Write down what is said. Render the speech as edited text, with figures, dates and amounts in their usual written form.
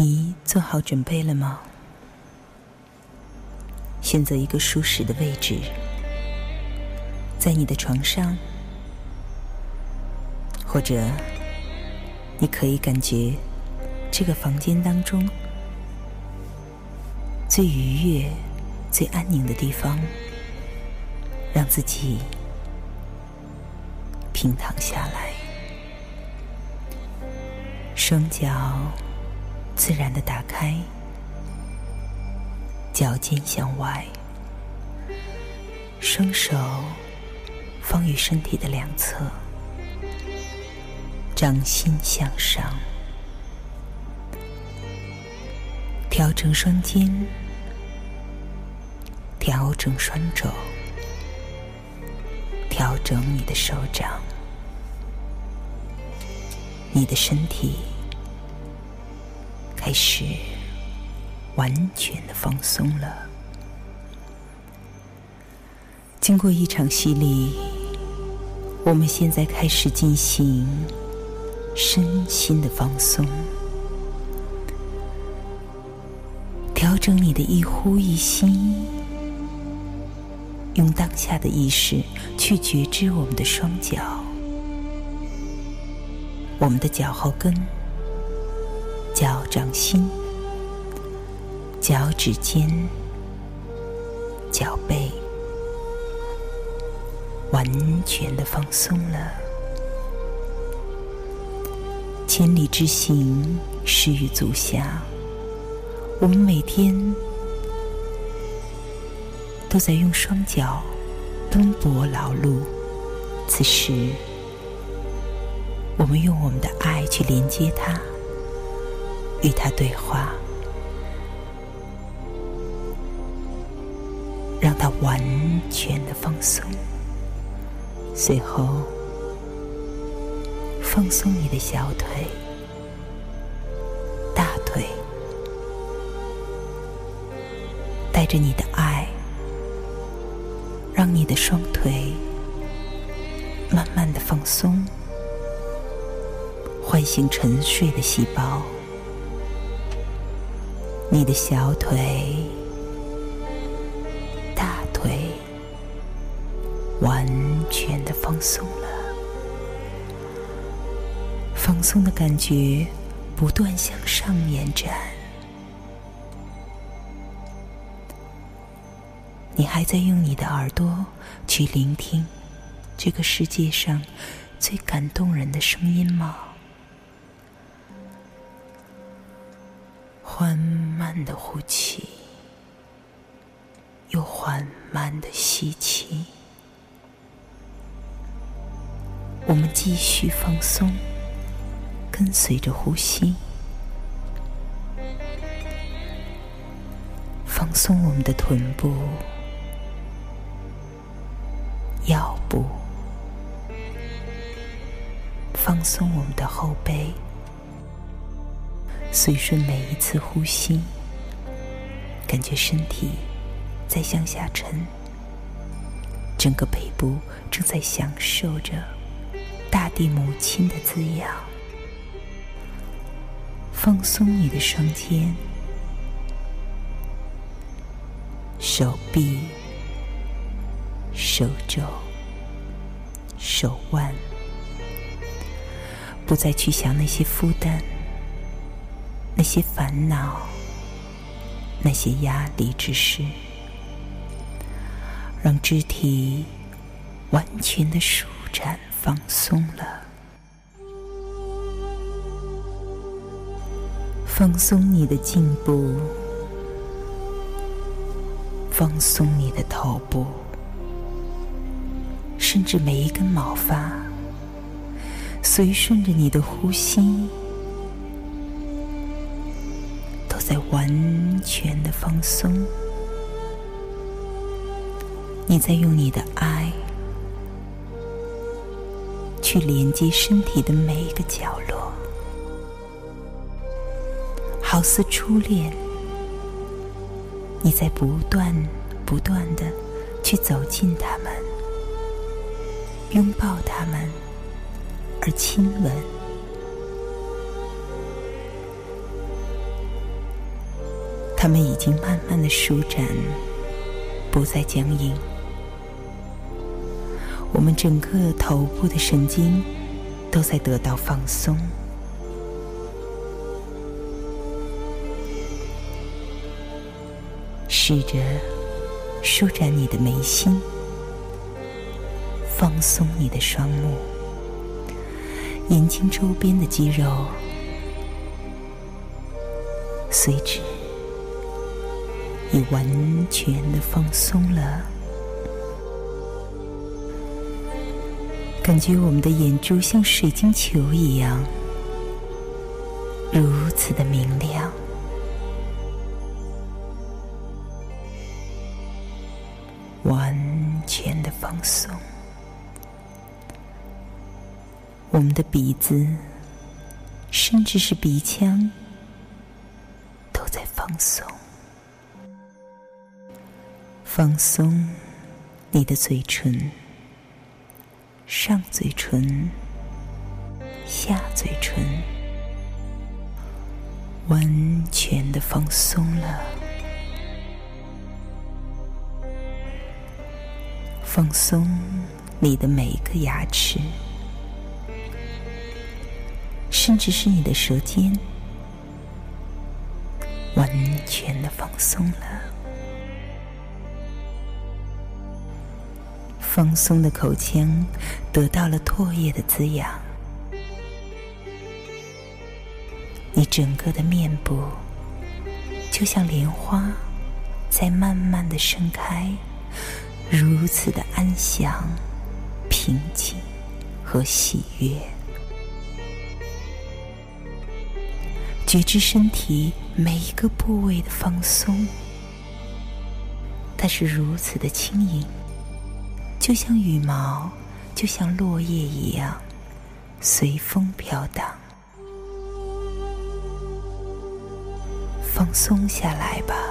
你做好准备了吗？选择一个舒适的位置，在你的床上，或者你可以感觉这个房间当中最愉悦、最安宁的地方，让自己平躺下来，双脚自然地打开，脚尖向外，双手放于身体的两侧，掌心向上，调整双肩，调整双肘，调整你的手掌，你的身体开始完全的放松了。经过一场洗礼，我们现在开始进行身心的放松，调整你的一呼一吸，用当下的意识去觉知我们的双脚，我们的脚后跟、脚掌心、脚趾尖、脚背，完全的放松了。千里之行，始于足下。我们每天都在用双脚奔波劳碌，此时我们用我们的爱去连接它，与它对话，让它完全的放松。随后放松你的小腿、大腿，带着你的爱，让你的双腿慢慢的放松，唤醒沉睡的细胞。你的小腿、大腿完全的放松了，放松的感觉不断向上延展。你还在用你的耳朵去聆听这个世界上最感动人的声音吗？缓慢的呼气，又缓慢的吸气。我们继续放松，跟随着呼吸，放松我们的臀部、腰部，放松我们的后背。随顺每一次呼吸，感觉身体在向下沉，整个背部正在享受着大地母亲的滋养。放松你的双肩、手臂、手肘、手腕，不再去想那些负担、那些烦恼、那些压力之事，让肢体完全的舒展放松了。放松你的颈部，放松你的头部，甚至每一根毛发，随顺着你的呼吸，都在完全的放松。你在用你的爱去连接身体的每一个角落，好似初恋，你在不断的去走近他们，拥抱他们，而亲吻。 它们已经慢慢的舒展，不再僵硬。我们整个头部的神经都在得到放松。试着舒展你的眉心，放松你的双目，眼睛周边的肌肉随之也完全的放松了。感觉我们的眼珠像水晶球一样，如此的明亮。完全的放松。我们的鼻子，甚至是鼻腔，都在放松。放松你的嘴唇，上嘴唇，下嘴唇，完全的放松了。放松你的每一个牙齿，甚至是你的舌尖，完全的放松了。放松的口腔得到了唾液的滋养，你整个的面部就像莲花在慢慢的盛开，如此的安详、平静和喜悦。觉知身体每一个部位的放松，它是如此的轻盈，就像羽毛，就像落叶一样，随风飘荡。放松下来吧。